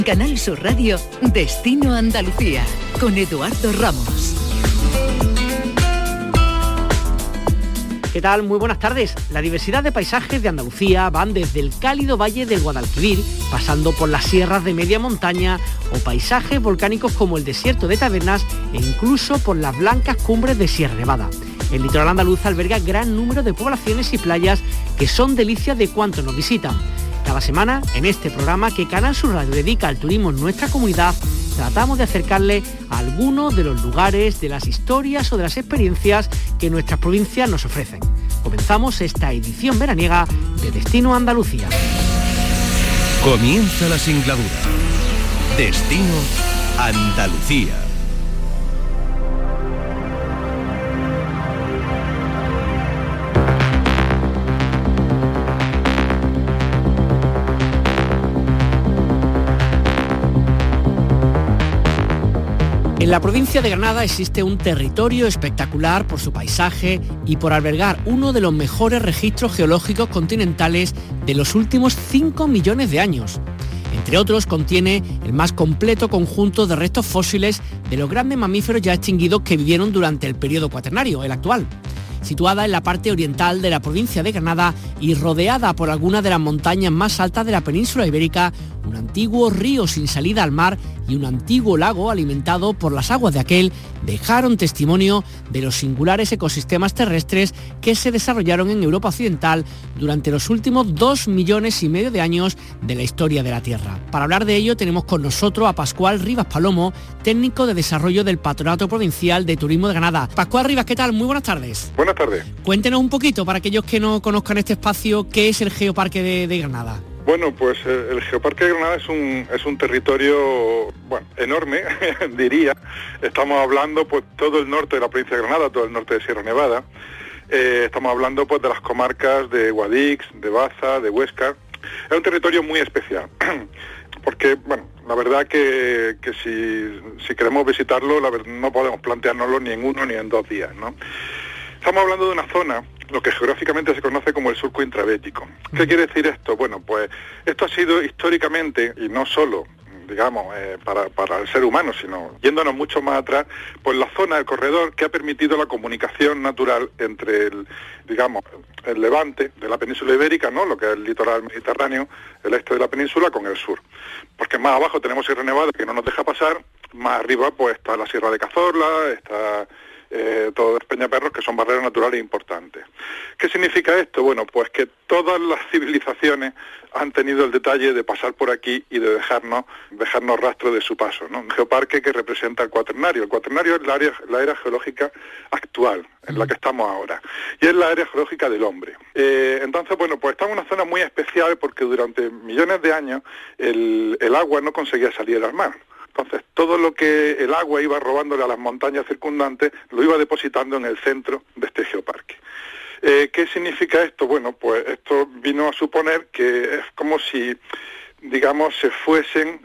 Canal Sur Radio, Destino Andalucía, con Eduardo Ramos. ¿Qué tal? Muy buenas tardes. La diversidad de paisajes de Andalucía van desde el cálido valle del Guadalquivir, pasando por las sierras de media montaña o paisajes volcánicos como el desierto de Tabernas e incluso por las blancas cumbres de Sierra Nevada. El litoral andaluz alberga gran número de poblaciones y playas que son delicias de cuantos nos visitan. Cada semana, en este programa que Canal Sur Radio dedica al turismo en nuestra comunidad, tratamos de acercarle a algunos de los lugares, de las historias o de las experiencias que nuestras provincias nos ofrecen. Comenzamos esta edición veraniega de Destino Andalucía. Comienza la singladura. Destino Andalucía. En la provincia de Granada existe un territorio espectacular por su paisaje y por albergar uno de los mejores registros geológicos continentales de los últimos 5 millones de años. Entre otros, contiene el más completo conjunto de restos fósiles de los grandes mamíferos ya extinguidos que vivieron durante el periodo cuaternario, el actual. Situada en la parte oriental de la provincia de Granada y rodeada por algunas de las montañas más altas de la península ibérica, un antiguo río sin salida al mar y un antiguo lago alimentado por las aguas de aquel dejaron testimonio de los singulares ecosistemas terrestres que se desarrollaron en Europa Occidental durante los últimos 2,5 millones de años de la historia de la Tierra. Para hablar de ello tenemos con nosotros a Pascual Rivas Palomo, técnico de desarrollo del Patronato Provincial de Turismo de Granada. Pascual Rivas, ¿qué tal? Muy buenas tardes. Buenas tardes. Cuéntenos un poquito, para aquellos que no conozcan este espacio, ¿qué es el Geoparque de Granada? Bueno, pues el Geoparque de Granada es un territorio, enorme, diría. Estamos hablando, pues, todo el norte de la provincia de Granada, todo el norte de Sierra Nevada. Estamos hablando, pues, de las comarcas de Guadix, de Baza, de Huesca. Es un territorio muy especial, porque, la verdad que si queremos visitarlo, no podemos planteárnoslo ni en 1 ni en 2 días, ¿no? Estamos hablando de una zona, lo que geográficamente se conoce como el surco intrabético. ¿Qué quiere decir esto? Bueno, pues esto ha sido históricamente, y no solo, para el ser humano, sino yéndonos mucho más atrás, pues la zona del corredor que ha permitido la comunicación natural entre el levante de la península ibérica, ¿no?, lo que es el litoral mediterráneo, el este de la península, con el sur. Porque más abajo tenemos Sierra Nevada, que no nos deja pasar, más arriba pues está la Sierra de Cazorla, está todo Peñaperros, que son barreras naturales importantes. ¿Qué significa esto? Bueno, pues que todas las civilizaciones han tenido el detalle de pasar por aquí y de dejarnos rastro de su paso, ¿no? Un geoparque que representa el cuaternario. El cuaternario es la era geológica actual, en la que estamos ahora, y es la era geológica del hombre. Entonces, pues estamos en una zona muy especial porque durante millones de años el agua no conseguía salir al mar. Entonces, todo lo que el agua iba robándole a las montañas circundantes, lo iba depositando en el centro de este geoparque. ¿Qué significa esto? Bueno, pues esto vino a suponer que es como si, digamos, se fuesen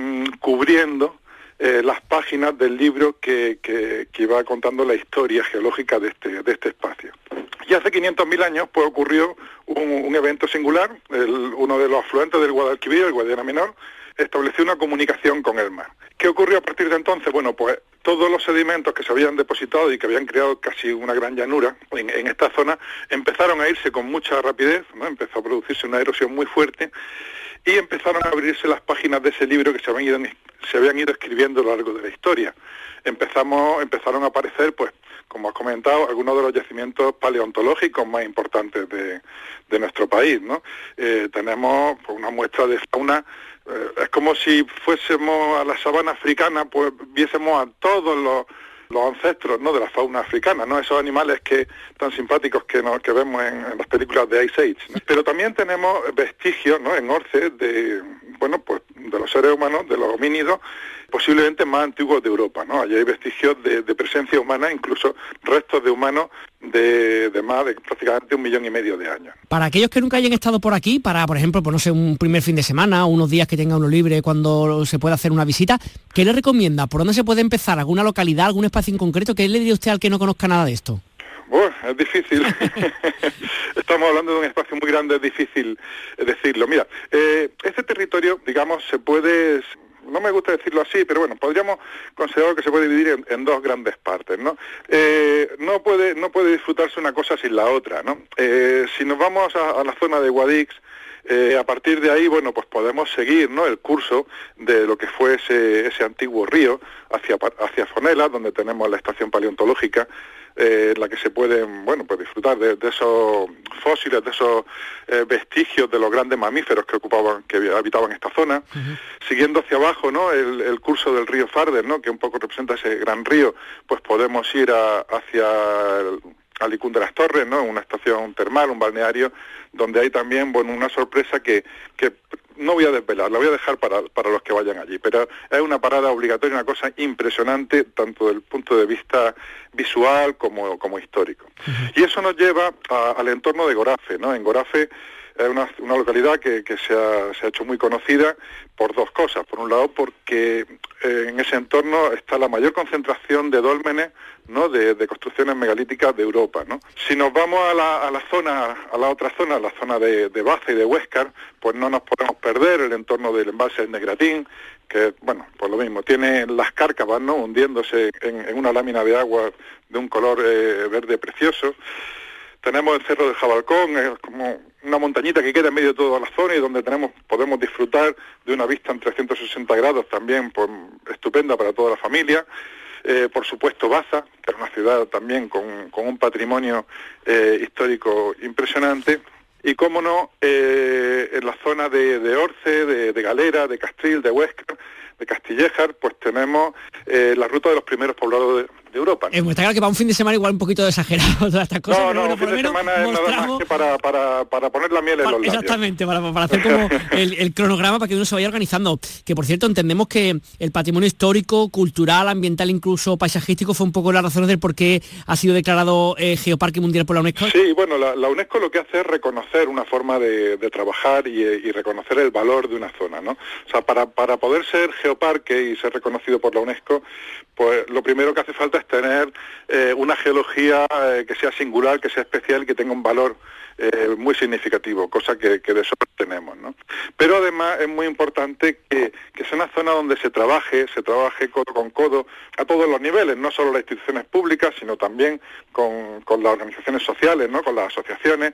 cubriendo las páginas del libro que iba contando la historia geológica de este espacio. Y hace 500.000 años pues ocurrió un evento singular. Uno de los afluentes del Guadalquivir, el Guadiana Menor, estableció una comunicación con el mar. ¿Qué ocurrió a partir de entonces? Bueno, pues todos los sedimentos que se habían depositado y que habían creado casi una gran llanura en esta zona empezaron a irse con mucha rapidez, ¿no? Empezó a producirse una erosión muy fuerte y empezaron a abrirse las páginas de ese libro que se habían ido escribiendo a lo largo de la historia. Empezaron a aparecer, pues, como has comentado, algunos de los yacimientos paleontológicos más importantes de nuestro país, ¿no? Tenemos pues, una muestra de fauna. Es como si fuésemos a la sabana africana, pues viésemos a todos los ancestros, ¿no?, de la fauna africana, ¿no?, esos animales tan simpáticos que vemos en las películas de Ice Age, ¿no? Pero también tenemos vestigios, ¿no?, en Orce de los seres humanos, de los homínidos, posiblemente más antiguos de Europa, ¿no? Allí hay vestigios de presencia humana, incluso restos de humanos de más de prácticamente 1,5 millones de años. Para aquellos que nunca hayan estado por aquí, para, por ejemplo, pues no sé, un primer fin de semana o unos días que tenga uno libre cuando se pueda hacer una visita, ¿qué le recomienda? ¿Por dónde se puede empezar? ¿Alguna localidad, algún espacio en concreto? ¿Qué le diría usted al que no conozca nada de esto? Bueno, es difícil. Estamos hablando de un espacio muy grande, es difícil decirlo. Mira, este territorio, digamos, se puede... No me gusta decirlo así, pero bueno, podríamos considerar que se puede dividir en dos grandes partes, ¿no? No puede disfrutarse una cosa sin la otra, ¿no? Si nos vamos a la zona de Guadix, a partir de ahí, bueno, pues podemos seguir, ¿no?, el curso de lo que fue ese antiguo río hacia Fonela, donde tenemos la estación paleontológica, en la que se pueden, bueno, pues disfrutar de esos fósiles, de esos vestigios de los grandes mamíferos que habitaban esta zona. Uh-huh. Siguiendo hacia abajo, ¿no?, el curso del río Farder, ¿no?, que un poco representa ese gran río, pues podemos ir hacia Alicún de las Torres, ¿no?, una estación termal, un balneario, donde hay también, bueno, una sorpresa que no voy a desvelar, la voy a dejar para los que vayan allí, pero es una parada obligatoria, una cosa impresionante, tanto desde el punto de vista visual como histórico. Uh-huh. Y eso nos lleva al entorno de Gorafe, ¿no? En Gorafe es una localidad que se ha hecho muy conocida por dos cosas. Por un lado, porque en ese entorno está la mayor concentración de dólmenes, ¿no?, de construcciones megalíticas de Europa, ¿no? Si nos vamos a la otra zona, la zona de Baza y de Huéscar, pues no nos podemos perder el entorno del embalse del Negratín, que, bueno, pues lo mismo, tiene las cárcavas, ¿no?, hundiéndose en una lámina de agua de un color verde precioso. Tenemos el Cerro del Jabalcón, es como una montañita que queda en medio de toda la zona y donde podemos disfrutar de una vista en 360 grados también, pues, estupenda para toda la familia. Por supuesto Baza, que es una ciudad también con un patrimonio histórico impresionante. Y cómo no, en la zona de Orce, de Galera, de Castril, de Huéscar, de Castillejar, pues tenemos la ruta de los primeros poblados de Europa, ¿no? Está claro que para un fin de semana igual un poquito exagerado todas estas cosas. No, un fin de semana es nada más que para poner la miel en los labios. Exactamente, para hacer como el cronograma para que uno se vaya organizando. Que por cierto, entendemos que el patrimonio histórico, cultural, ambiental, incluso paisajístico, fue un poco las razones del por qué ha sido declarado Geoparque Mundial por la UNESCO. Sí, bueno, la UNESCO lo que hace es reconocer una forma de trabajar y reconocer el valor de una zona, ¿no? O sea, para poder ser geoparque y ser reconocido por la UNESCO, pues lo primero que hace falta es tener una geología que sea singular, que sea especial, que tenga un valor muy significativo, cosa que de eso tenemos, ¿no? Pero además es muy importante que sea una zona donde se trabaje codo con codo a todos los niveles, no solo las instituciones públicas, sino también con las organizaciones sociales, ¿no?, con las asociaciones,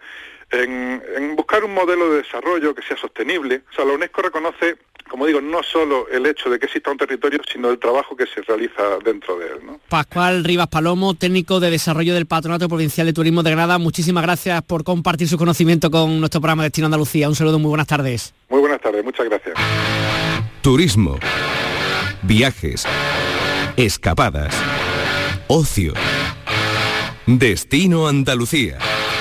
en buscar un modelo de desarrollo que sea sostenible. O sea, la UNESCO reconoce, como digo, no solo el hecho de que exista un territorio, sino el trabajo que se realiza dentro de él, ¿no? Pascual Rivas Palomo, técnico de desarrollo del Patronato Provincial de Turismo de Granada, muchísimas gracias por compartir su conocimiento con nuestro programa Destino Andalucía. Un saludo, muy buenas tardes. Muy buenas tardes, muchas gracias. Turismo, viajes, escapadas, ocio. Destino Andalucía.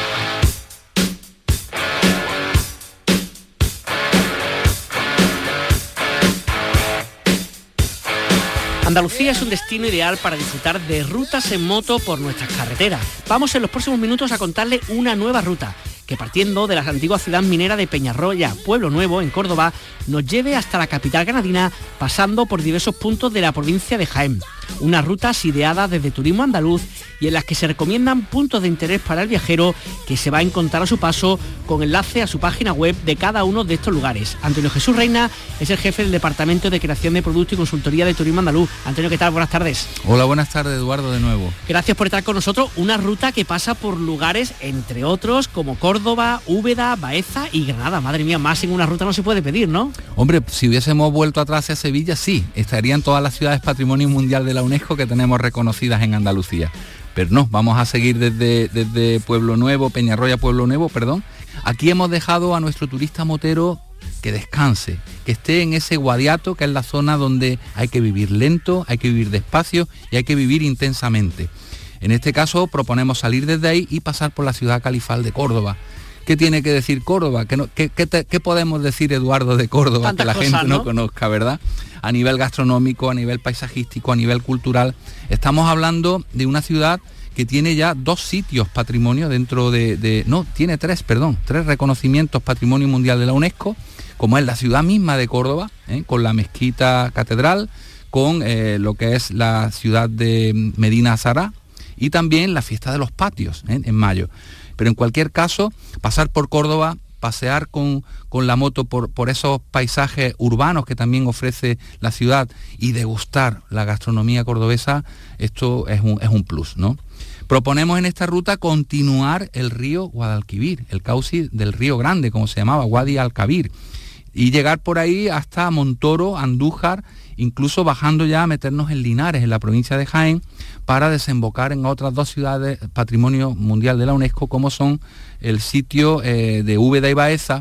Andalucía es un destino ideal para disfrutar de rutas en moto por nuestras carreteras. Vamos en los próximos minutos a contarle una nueva ruta que, partiendo de la antigua ciudad minera de Peñarroya, Pueblo Nuevo, en Córdoba, nos lleve hasta la capital granadina, pasando por diversos puntos de la provincia de Jaén. Unas rutas ideadas desde Turismo Andaluz y en las que se recomiendan puntos de interés para el viajero que se va a encontrar a su paso, con enlace a su página web de cada uno de estos lugares. Antonio Jesús Reina es el jefe del Departamento de Creación de Producto y Consultoría de Turismo Andaluz. Antonio, ¿qué tal? Buenas tardes. Hola, buenas tardes, Eduardo, de nuevo. Gracias por estar con nosotros. Una ruta que pasa por lugares, entre otros, como Córdoba, Úbeda, Baeza y Granada. Madre mía, más en una ruta no se puede pedir, ¿no? Hombre, si hubiésemos vuelto atrás hacia Sevilla, sí, estarían todas las ciudades Patrimonio Mundial de la UNESCO que tenemos reconocidas en Andalucía. Pero no, vamos a seguir desde Pueblo Nuevo, Peñarroya, Pueblo Nuevo, perdón. Aquí hemos dejado a nuestro turista motero que descanse, que esté en ese Guadiato, que es la zona donde hay que vivir lento, hay que vivir despacio y hay que vivir intensamente. En este caso proponemos salir desde ahí y pasar por la ciudad califal de Córdoba. ¿Qué tiene que decir Córdoba? ¿Qué podemos decir, Eduardo, de Córdoba? Tantas que la cosas, gente no conozca, ¿verdad? A nivel gastronómico, a nivel paisajístico, a nivel cultural. Estamos hablando de una ciudad que tiene ya 2 sitios patrimonio dentro tiene 3 reconocimientos Patrimonio Mundial de la UNESCO, como es la ciudad misma de Córdoba, con la mezquita catedral, con lo que es la ciudad de Medina Azahara, y también la fiesta de los patios, en mayo. Pero en cualquier caso, pasar por Córdoba, pasear con la moto por esos paisajes urbanos que también ofrece la ciudad y degustar la gastronomía cordobesa, esto es un plus, ¿no? Proponemos en esta ruta continuar el río Guadalquivir, el cauce del río Grande, como se llamaba, Guadi Alcabir, y llegar por ahí hasta Montoro, Andújar, incluso bajando ya a meternos en Linares, en la provincia de Jaén, para desembocar en otras dos ciudades Patrimonio Mundial de la UNESCO, como son el sitio de Úbeda y Baeza,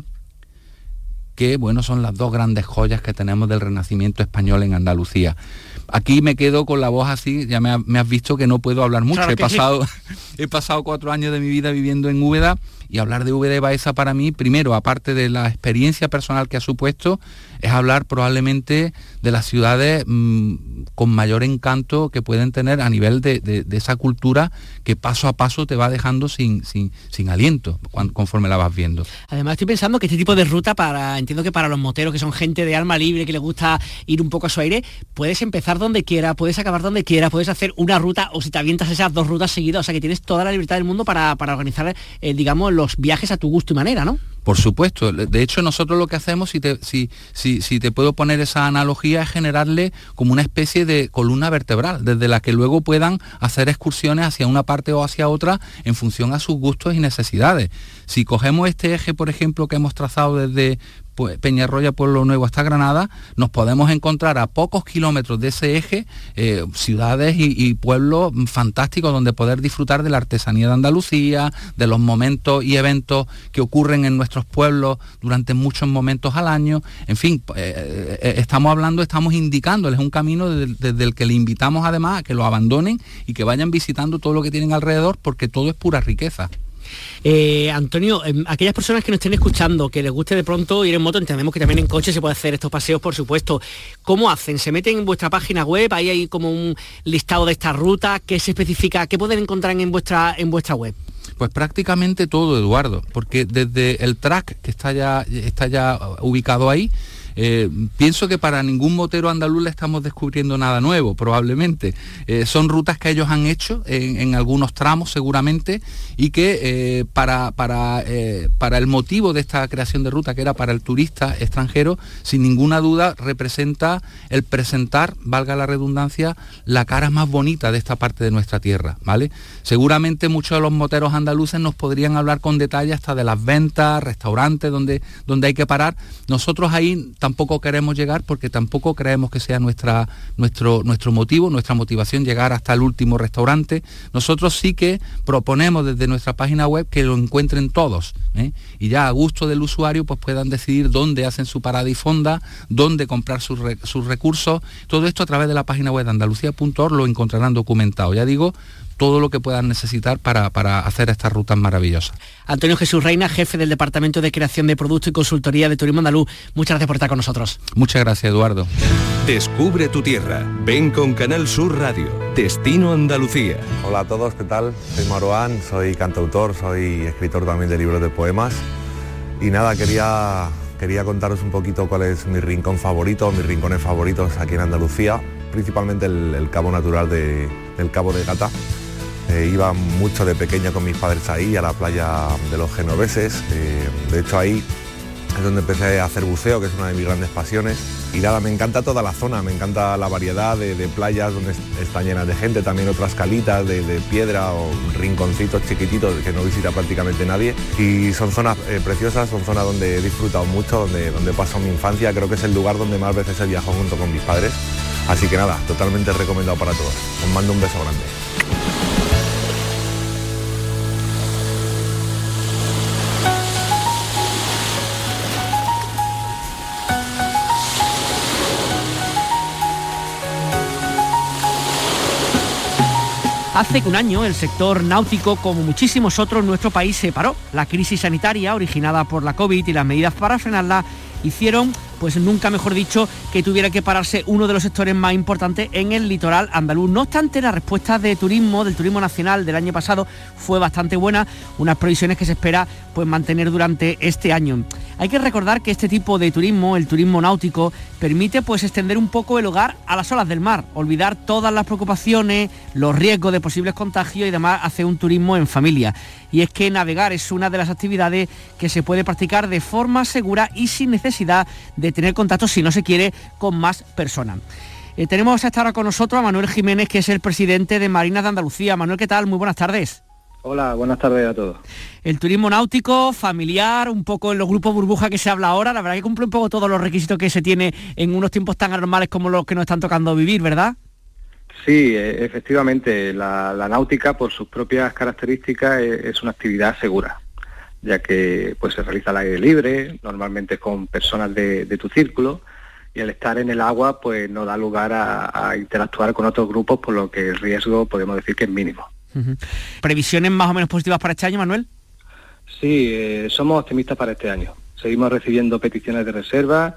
que bueno, son las dos grandes joyas que tenemos del Renacimiento español en Andalucía. Aquí me quedo con la voz así, ya me has visto que no puedo hablar mucho. Claro, he pasado 4 años de mi vida viviendo en Úbeda, y hablar de Úbeda y Baeza para mí, primero, aparte de la experiencia personal que ha supuesto, es hablar probablemente de las ciudades con mayor encanto que pueden tener a nivel de esa cultura que paso a paso te va dejando sin aliento conforme la vas viendo. Además estoy pensando que este tipo de ruta, entiendo que para los moteros, que son gente de alma libre, que les gusta ir un poco a su aire, puedes empezar donde quieras, puedes acabar donde quieras, puedes hacer una ruta, o si te avientas esas 2 rutas seguidas, o sea que tienes toda la libertad del mundo para organizar, digamos, los viajes a tu gusto y manera, ¿no? Por supuesto. De hecho, nosotros lo que hacemos, si te puedo poner esa analogía, es generarle como una especie de columna vertebral, desde la que luego puedan hacer excursiones hacia una parte o hacia otra en función a sus gustos y necesidades. Si cogemos este eje, por ejemplo, que hemos trazado desde Peñarroya, Pueblo Nuevo hasta Granada, nos podemos encontrar a pocos kilómetros de ese eje ciudades y pueblos fantásticos donde poder disfrutar de la artesanía de Andalucía, de los momentos y eventos que ocurren en nuestros pueblos durante muchos momentos al año. En fin, estamos indicándoles un camino desde el que le invitamos además a que lo abandonen y que vayan visitando todo lo que tienen alrededor, porque todo es pura riqueza. Antonio, aquellas personas que nos estén escuchando, que les guste de pronto ir en moto, entendemos que también en coche se puede hacer estos paseos, por supuesto. ¿Cómo hacen? ¿Se meten en vuestra página web? Ahí hay como un listado de esta ruta. ¿Qué se especifica? ¿Qué pueden encontrar en vuestra web? Pues prácticamente todo, Eduardo, porque desde el track que está ya ubicado ahí, pienso que para ningún motero andaluz le estamos descubriendo nada nuevo, probablemente. Son rutas que ellos han hecho en algunos tramos seguramente, y que para el motivo de esta creación de ruta, que era para el turista extranjero, sin ninguna duda representa el presentar, valga la redundancia, la cara más bonita de esta parte de nuestra tierra, ¿vale? Seguramente muchos de los moteros andaluces nos podrían hablar con detalle hasta de las ventas, restaurantes donde hay que parar. Nosotros ahí tampoco queremos llegar, porque tampoco creemos que sea nuestro motivo, nuestra motivación llegar hasta el último restaurante. Nosotros sí que proponemos desde nuestra página web que lo encuentren todos, y ya a gusto del usuario pues puedan decidir dónde hacen su parada y fonda, dónde comprar sus recursos. Todo esto a través de la página web de andalucía.org lo encontrarán documentado. Ya digo, todo lo que puedan necesitar para hacer estas rutas maravillosas. Antonio Jesús Reina, jefe del Departamento de Creación de Productos y Consultoría de Turismo Andaluz, muchas gracias por estar con nosotros. Muchas gracias, Eduardo. Descubre tu tierra. Ven con Canal Sur Radio. Destino Andalucía. Hola a todos, ¿qué tal? Soy Maruán, soy cantautor, soy escritor también de libros de poemas. Y nada, quería contaros un poquito cuál es mi rincón favorito, mis rincones favoritos aquí en Andalucía, principalmente el Cabo Natural del Cabo de Gata. Iba mucho de pequeño con mis padres ahí, a la playa de los genoveses. De hecho ahí es donde empecé a hacer buceo, que es una de mis grandes pasiones. Y nada, me encanta toda la zona, me encanta la variedad de playas donde están llenas de gente, también otras calitas de piedra o rinconcitos chiquititos que no visita prácticamente nadie. Y son zonas preciosas, son zonas donde he disfrutado mucho, donde paso mi infancia. Creo que es el lugar donde más veces he viajado junto con mis padres. Así que nada, totalmente recomendado para todos. Os mando un beso grande. Hace un año el sector náutico, como muchísimos otros en nuestro país, se paró. La crisis sanitaria originada por la COVID y las medidas para frenarla hicieron pues nunca mejor dicho que tuviera que pararse uno de los sectores más importantes en el litoral andaluz. No obstante, la respuesta del turismo nacional del año pasado fue bastante buena, unas previsiones que se espera pues mantener durante este año. Hay que recordar que este tipo de turismo, el turismo náutico, permite pues extender un poco el hogar a las olas del mar, olvidar todas las preocupaciones, los riesgos de posibles contagios y demás, hacer un turismo en familia. Y es que navegar es una de las actividades que se puede practicar de forma segura y sin necesidad de tener contacto, si no se quiere, con más personas. Tenemos hasta ahora con nosotros a Manuel Jiménez, que es el presidente de Marinas de Andalucía. Manuel, ¿qué tal? Muy buenas tardes. Hola, buenas tardes a todos. El turismo náutico, familiar, un poco en los grupos burbuja que se habla ahora, la verdad que cumple un poco todos los requisitos que se tiene en unos tiempos tan anormales como los que nos están tocando vivir, ¿verdad? Sí, efectivamente, la náutica, por sus propias características, es una actividad segura, ya que pues se realiza al aire libre, normalmente con personas de tu círculo, y al estar en el agua pues no da lugar a interactuar con otros grupos, por lo que el riesgo podemos decir que es mínimo. ¿Previsiones más o menos positivas para este año, Manuel? Sí, somos optimistas para este año. Seguimos recibiendo peticiones de reserva,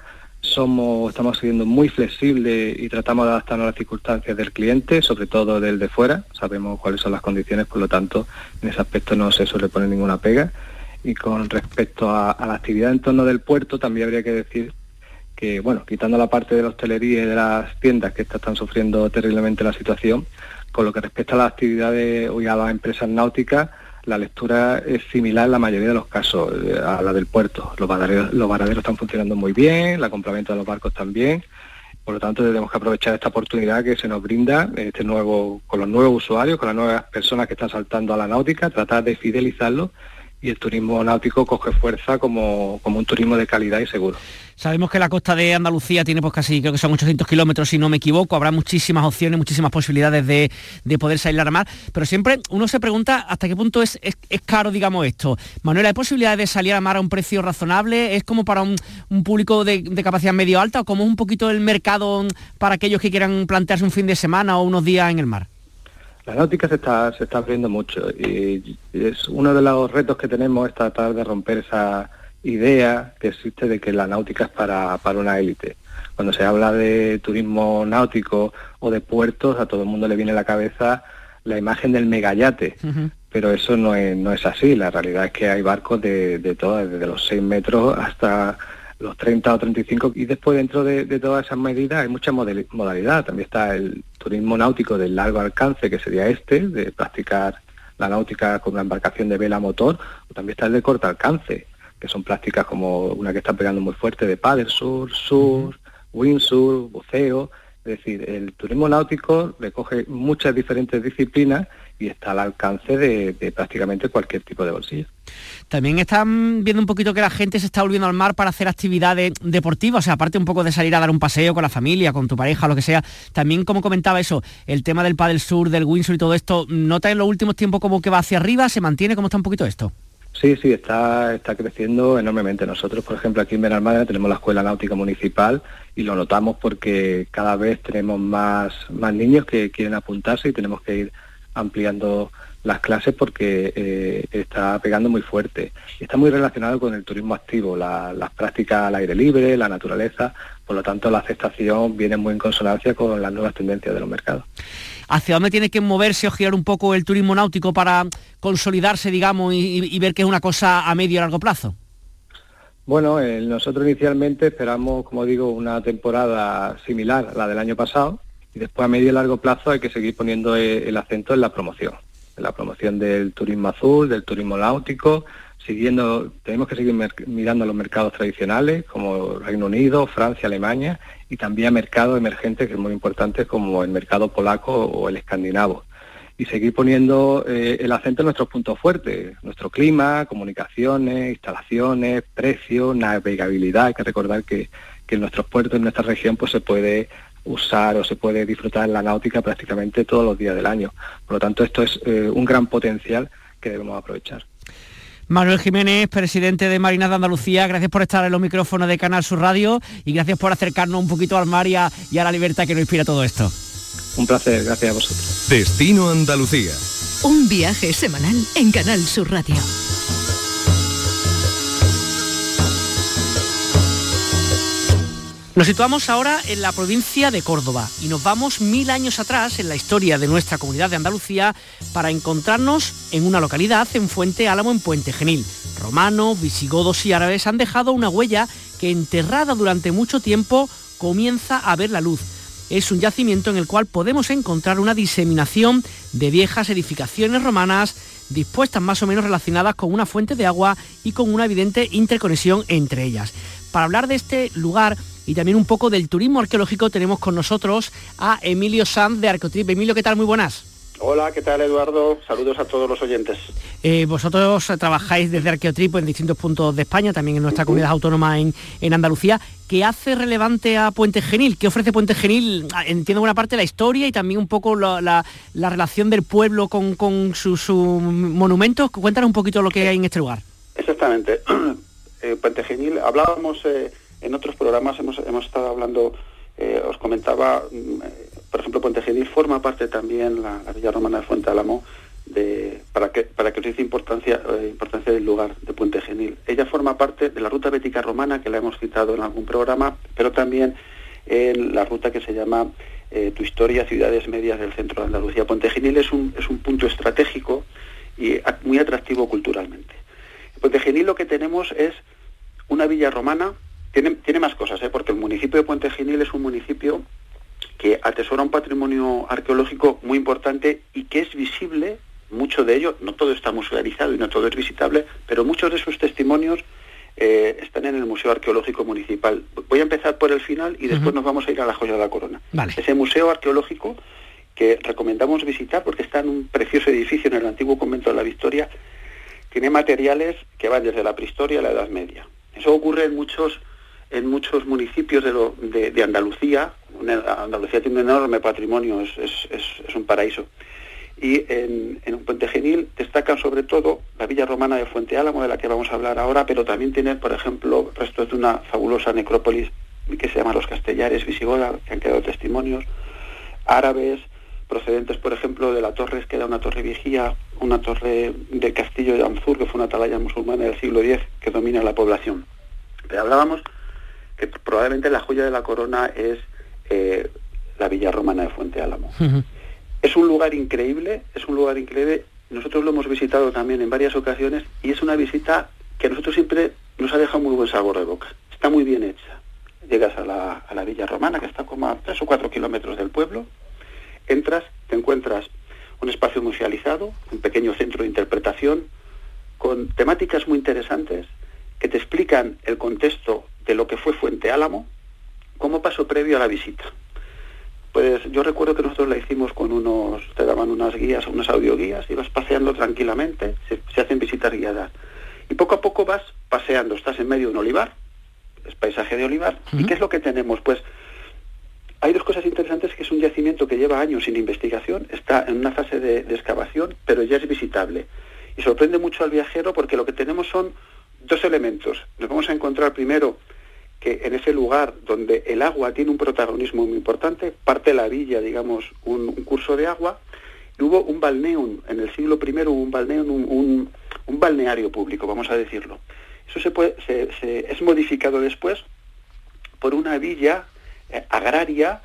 estamos siendo muy flexibles y tratamos de adaptarnos a las circunstancias del cliente, sobre todo del de fuera. Sabemos cuáles son las condiciones, por lo tanto, en ese aspecto no se suele poner ninguna pega. Y con respecto a la actividad en torno del puerto, también habría que decir que, bueno, quitando la parte de la hostelería y de las tiendas que están sufriendo terriblemente la situación, con lo que respecta a las actividades y a las empresas náuticas, la lectura es similar en la mayoría de los casos a la del puerto. Los varaderos están funcionando muy bien, el compraventa de los barcos también. Por lo tanto, tenemos que aprovechar esta oportunidad que se nos brinda con los nuevos usuarios, con las nuevas personas que están saltando a la náutica, tratar de fidelizarlos, y el turismo náutico coge fuerza como un turismo de calidad y seguro. Sabemos que la costa de Andalucía tiene pues casi, creo que son 800 kilómetros, si no me equivoco, habrá muchísimas opciones, muchísimas posibilidades de poder salir a mar, pero siempre uno se pregunta hasta qué punto es caro, digamos, esto. Manuel, ¿hay posibilidades de salir a mar a un precio razonable? ¿Es como para un público de capacidad medio alta, o como es un poquito el mercado para aquellos que quieran plantearse un fin de semana o unos días en el mar? La náutica se está abriendo mucho, y es uno de los retos que tenemos, es tratar de romper esa idea que existe de que la náutica es para una élite. Cuando se habla de turismo náutico o de puertos, a todo el mundo le viene a la cabeza la imagen del megayate, pero eso no es así. La realidad es que hay barcos de todas, desde los 6 metros hasta los 30 o 35, y después dentro de todas esas medidas hay mucha modalidad. También está el turismo náutico del largo alcance, que sería de practicar la náutica con una embarcación de vela motor, o también está el de corto alcance, que son prácticas como una que está pegando muy fuerte de paddleboard, surf, windsurf, buceo. Es decir, el turismo náutico recoge muchas diferentes disciplinas y está al alcance de prácticamente cualquier tipo de bolsillo. También están viendo un poquito que la gente se está volviendo al mar para hacer actividades deportivas, o sea, aparte un poco de salir a dar un paseo con la familia, con tu pareja, lo que sea. También, como comentaba eso, el tema del paddleboard, del windsurf y todo esto, ¿nota en los últimos tiempos como que va hacia arriba? ¿Se mantiene? ¿Cómo está un poquito esto? Sí, está creciendo enormemente. Nosotros, por ejemplo, aquí en Benalmádena tenemos la Escuela Náutica Municipal, y lo notamos porque cada vez tenemos más niños que quieren apuntarse, y tenemos que ir ampliando las clases porque está pegando muy fuerte. Y está muy relacionado con el turismo activo, las prácticas al aire libre, la naturaleza. Por lo tanto, la aceptación viene muy en consonancia con las nuevas tendencias de los mercados. ¿Hacia dónde tiene que moverse o girar un poco el turismo náutico para consolidarse, digamos, y ver que es una cosa a medio y largo plazo? Bueno, nosotros inicialmente esperamos, como digo, una temporada similar a la del año pasado, y después a medio y largo plazo hay que seguir poniendo el acento en la promoción del turismo azul, del turismo náutico. Tenemos que seguir mirando los mercados tradicionales como Reino Unido, Francia, Alemania, y también a mercados emergentes, que es muy importante, como el mercado polaco o el escandinavo. Y seguir poniendo el acento en nuestros puntos fuertes, nuestro clima, comunicaciones, instalaciones, precios, navegabilidad. Hay que recordar que en nuestros puertos, en nuestra región, pues se puede usar o se puede disfrutar en la náutica prácticamente todos los días del año. Por lo tanto, esto es un gran potencial que debemos aprovechar. Manuel Jiménez, presidente de Marinas de Andalucía, gracias por estar en los micrófonos de Canal Sur Radio, y gracias por acercarnos un poquito al mar y a la libertad que nos inspira todo esto. Un placer, gracias a vosotros. Destino Andalucía. Un viaje semanal en Canal Sur Radio. Nos situamos ahora en la provincia de Córdoba y nos vamos 1000 años atrás en la historia de nuestra comunidad de Andalucía para encontrarnos en una localidad, en Fuente Álamo, en Puente Genil. Romanos, visigodos y árabes han dejado una huella que, enterrada durante mucho tiempo, comienza a ver la luz. Es un yacimiento en el cual podemos encontrar una diseminación de viejas edificaciones romanas dispuestas más o menos relacionadas con una fuente de agua y con una evidente interconexión entre ellas. Para hablar de este lugar y también un poco del turismo arqueológico tenemos con nosotros a Emilio Sanz de Arqueotrip. Emilio, ¿qué tal? Muy buenas. Hola, ¿qué tal, Eduardo? Saludos a todos los oyentes. Vosotros trabajáis desde Arqueotrip en distintos puntos de España, también en nuestra comunidad autónoma en Andalucía. ¿Qué hace relevante a Puente Genil? ¿Qué ofrece Puente Genil? Entiendo buena parte de la historia y también un poco la relación del pueblo con sus monumentos. Cuéntanos un poquito lo que hay en este lugar. Exactamente. Puente Genil, hablábamos en otros programas, hemos estado hablando, os comentaba, por ejemplo, Puente Genil forma parte también, la Villa Romana de Fuente Álamo, para que os dice importancia del lugar de Puente Genil. Ella forma parte de la ruta bética romana, que la hemos citado en algún programa, pero también en la ruta que se llama Tu historia, ciudades medias del centro de Andalucía. Puente Genil es un punto estratégico y muy atractivo culturalmente. En Puente Genil lo que tenemos es una villa romana. Tiene más cosas, porque el municipio de Puente Genil es un municipio que atesora un patrimonio arqueológico muy importante y que es visible, mucho de ello, no todo está musealizado y no todo es visitable, pero muchos de sus testimonios están en el Museo Arqueológico Municipal. Voy a empezar por el final y después nos vamos a ir a la Joya de la Corona. Vale. Ese museo arqueológico que recomendamos visitar porque está en un precioso edificio en el antiguo convento de la Victoria, tiene materiales que van desde la prehistoria a la Edad Media. Eso ocurre en muchos municipios de Andalucía. Andalucía tiene un enorme patrimonio, es un paraíso. Y en Puente Genil destacan sobre todo la Villa Romana de Fuente Álamo, de la que vamos a hablar ahora, pero también tiene, por ejemplo, restos de una fabulosa necrópolis que se llama Los Castellares visigoda, que han quedado testimonios, árabes, procedentes, por ejemplo, de la Torres, que era una torre vigía, una torre del castillo de Anzur, que fue una atalaya musulmana del siglo X, que domina la población. Pero hablábamos que probablemente la joya de la corona es la Villa Romana de Fuente Álamo. Uh-huh. Es un lugar increíble, nosotros lo hemos visitado también en varias ocasiones y es una visita que a nosotros siempre nos ha dejado muy buen sabor de boca. Está muy bien hecha. Llegas a la Villa Romana, que está como a 3 o 4 kilómetros del pueblo, entras, te encuentras un espacio musealizado, un pequeño centro de interpretación, con temáticas muy interesantes que te explican el contexto de lo que fue Fuente Álamo como paso previo a la visita. Pues yo recuerdo que nosotros la hicimos te daban unas guías, unas audioguías, y vas paseando tranquilamente, se hacen visitas guiadas. Y poco a poco vas paseando, estás en medio de un olivar, es paisaje de olivar, ¿y qué es lo que tenemos? Pues hay dos cosas interesantes, que es un yacimiento que lleva años sin investigación, está en una fase de excavación, pero ya es visitable. Y sorprende mucho al viajero porque lo que tenemos son dos elementos. Nos vamos a encontrar primero que en ese lugar donde el agua tiene un protagonismo muy importante, parte de la villa, digamos, un curso de agua, y hubo un balneum, en el siglo I hubo un balneum, un balneario público, vamos a decirlo. Eso es modificado después por una villa agraria,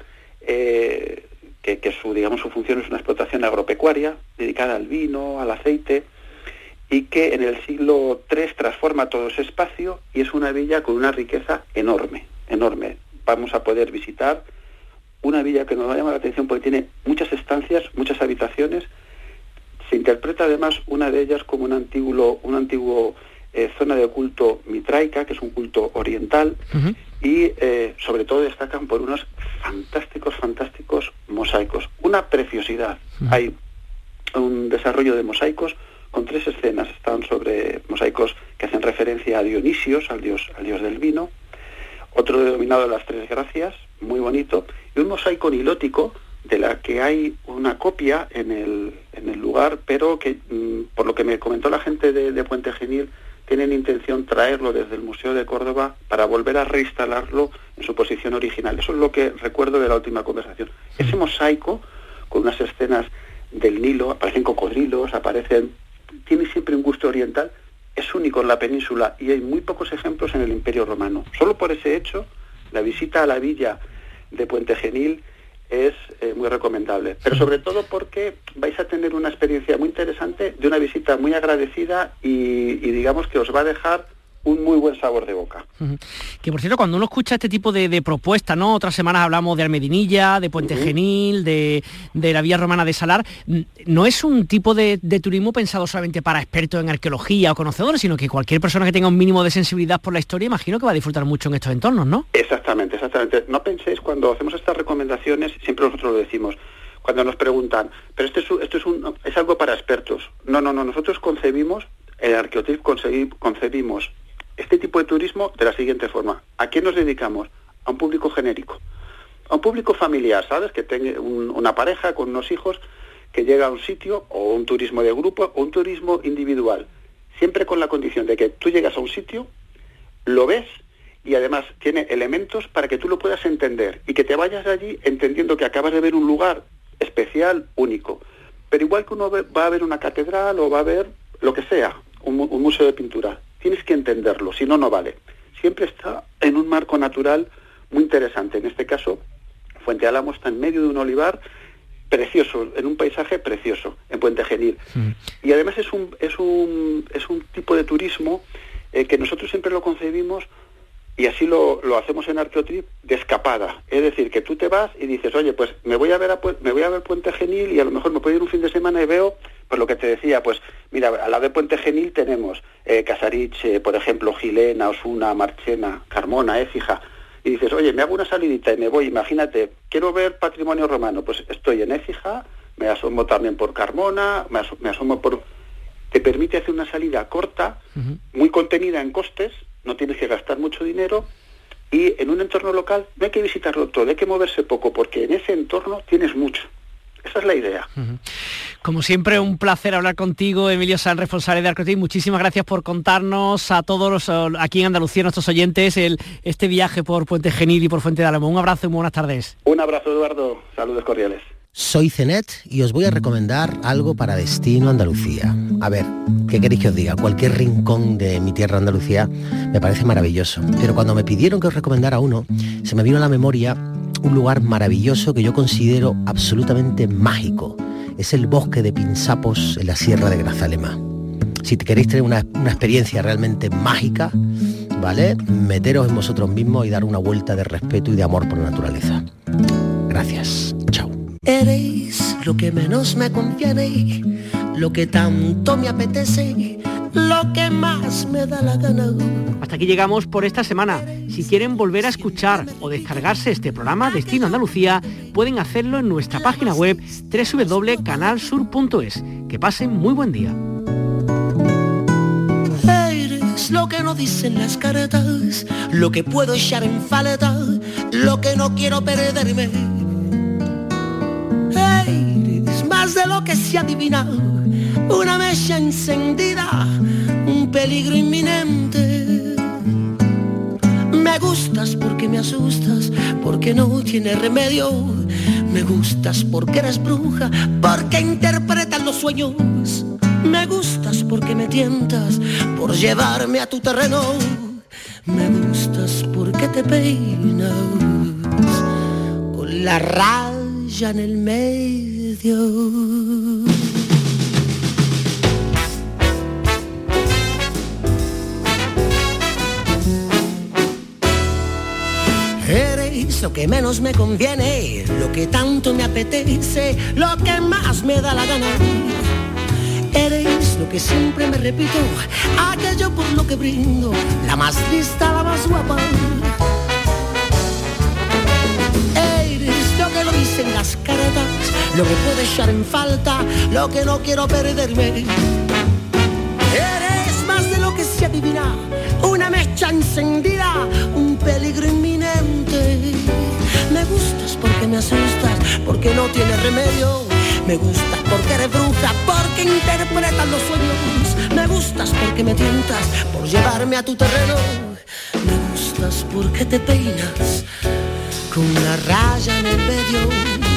que su función es una explotación agropecuaria, dedicada al vino, al aceite, y que en el siglo III transforma todo ese espacio y es una villa con una riqueza enorme. Vamos a poder visitar una villa que nos va a llamar la atención porque tiene muchas estancias, muchas habitaciones. Se interpreta además una de ellas como un antiguo zona de culto mitraica, que es un culto oriental, y sobre todo destacan por unos fantásticos mosaicos. Una preciosidad. Hay un desarrollo de mosaicos con 3 escenas. Están sobre mosaicos que hacen referencia a Dionisios, al dios del vino, otro denominado las 3 gracias, muy bonito, y un mosaico nilótico de la que hay una copia en el lugar, pero que, por lo que me comentó la gente de Puente Genil, tienen intención traerlo desde el Museo de Córdoba para volver a reinstalarlo en su posición original. Eso es lo que recuerdo de la última conversación. Ese mosaico, con unas escenas del Nilo, aparecen cocodrilos, tiene siempre un gusto oriental, es único en la península y hay muy pocos ejemplos en el Imperio Romano. Solo por ese hecho la visita a la villa de Puente Genil es muy recomendable, pero sobre todo porque vais a tener una experiencia muy interesante, de una visita muy agradecida y digamos que os va a dejar un muy buen sabor de boca. Que por cierto, cuando uno escucha este tipo de propuestas, ¿no? Otras semanas hablamos de Almedinilla, de Puente Genil, de la Villa Romana de Salar. No es un tipo de turismo pensado solamente para expertos en arqueología o conocedores, sino que cualquier persona que tenga un mínimo de sensibilidad por la historia, imagino que va a disfrutar mucho en estos entornos, ¿no? Exactamente. No penséis, cuando hacemos estas recomendaciones, siempre nosotros lo decimos, cuando nos preguntan, pero esto es algo para expertos. No, nosotros concebimos, en Arqueotrip concebimos este tipo de turismo de la siguiente forma. ¿A quién nos dedicamos? A un público genérico, a un público familiar, ¿sabes? Que tenga una pareja con unos hijos, que llega a un sitio, o un turismo de grupo, o un turismo individual, siempre con la condición de que tú llegas a un sitio, lo ves, y además tiene elementos para que tú lo puedas entender, y que te vayas de allí entendiendo que acabas de ver un lugar especial, único. Pero igual que uno va a ver una catedral, o va a ver lo que sea, un museo de pintura, tienes que entenderlo, si no, no vale. Siempre está en un marco natural muy interesante. En este caso, Fuente Álamo está en medio de un olivar precioso, en un paisaje precioso, en Puente Genil. Y además es un tipo de turismo que nosotros siempre lo concebimos, y así lo hacemos en Arqueotrip, de escapada. Es decir, que tú te vas y dices, oye, pues me voy a ver Puente Genil, y a lo mejor me puedo ir un fin de semana y veo, pues lo que te decía, pues mira, al lado de Puente Genil tenemos Casarich, por ejemplo, Gilena, Osuna, Marchena, Carmona, Écija, y dices, oye, me hago una salidita y me voy, imagínate, quiero ver patrimonio romano, pues estoy en Écija, me asomo también por Carmona, me asomo por... Te permite hacer una salida corta, muy contenida en costes, no tienes que gastar mucho dinero, y en un entorno local no hay que visitarlo todo, hay que moverse poco, porque en ese entorno tienes mucho. Esa es la idea. Como siempre, un placer hablar contigo, Emilio Sanz, responsable de Arqueotrip. Muchísimas gracias por contarnos a todos aquí en Andalucía, nuestros oyentes, este viaje por Puente Genil y por Fuente de Álamo. Un abrazo y muy buenas tardes. Un abrazo, Eduardo. Saludos cordiales. Soy Zenet y os voy a recomendar algo para Destino Andalucía. A ver, ¿qué queréis que os diga? Cualquier rincón de mi tierra Andalucía me parece maravilloso. Pero cuando me pidieron que os recomendara uno, se me vino a la memoria un lugar maravilloso que yo considero absolutamente mágico. Es el bosque de Pinsapos en la Sierra de Grazalema. Si queréis tener una experiencia realmente mágica, ¿vale? Meteros en vosotros mismos y dar una vuelta de respeto y de amor por la naturaleza. Gracias. Chao. Eres lo que menos me conviene, lo que tanto me apetece, lo que más me da la gana. Hasta aquí llegamos por esta semana. Si quieren volver a escuchar o descargarse este programa Destino Andalucía, pueden hacerlo en nuestra página web www.canalsur.es. Que pasen muy buen día. Eres lo que no dicen las cartas, lo que puedo echar en falta, lo que no quiero perderme. Eres más de lo que se adivina, una mecha encendida, un peligro inminente. Me gustas porque me asustas, porque no tiene remedio. Me gustas porque eres bruja, porque interpretas los sueños. Me gustas porque me tientas, por llevarme a tu terreno. Me gustas porque te peinas con la raya en el medio. Eres lo que menos me conviene, lo que tanto me apetece, lo que más me da la gana. Eres lo que siempre me repito, aquello por lo que brindo, la más lista, la más guapa. Eres lo que lo dicen las cartas, lo que puedo echar en falta, lo que no quiero perderme. Eres más de lo que se adivina, una mecha encendida, un peligro inminente. Me gustas porque me asustas, porque no tienes remedio. Me gustas porque eres bruja, porque interpretas los sueños. Me gustas porque me tientas, por llevarme a tu terreno. Me gustas porque te peinas con la raya en el medio.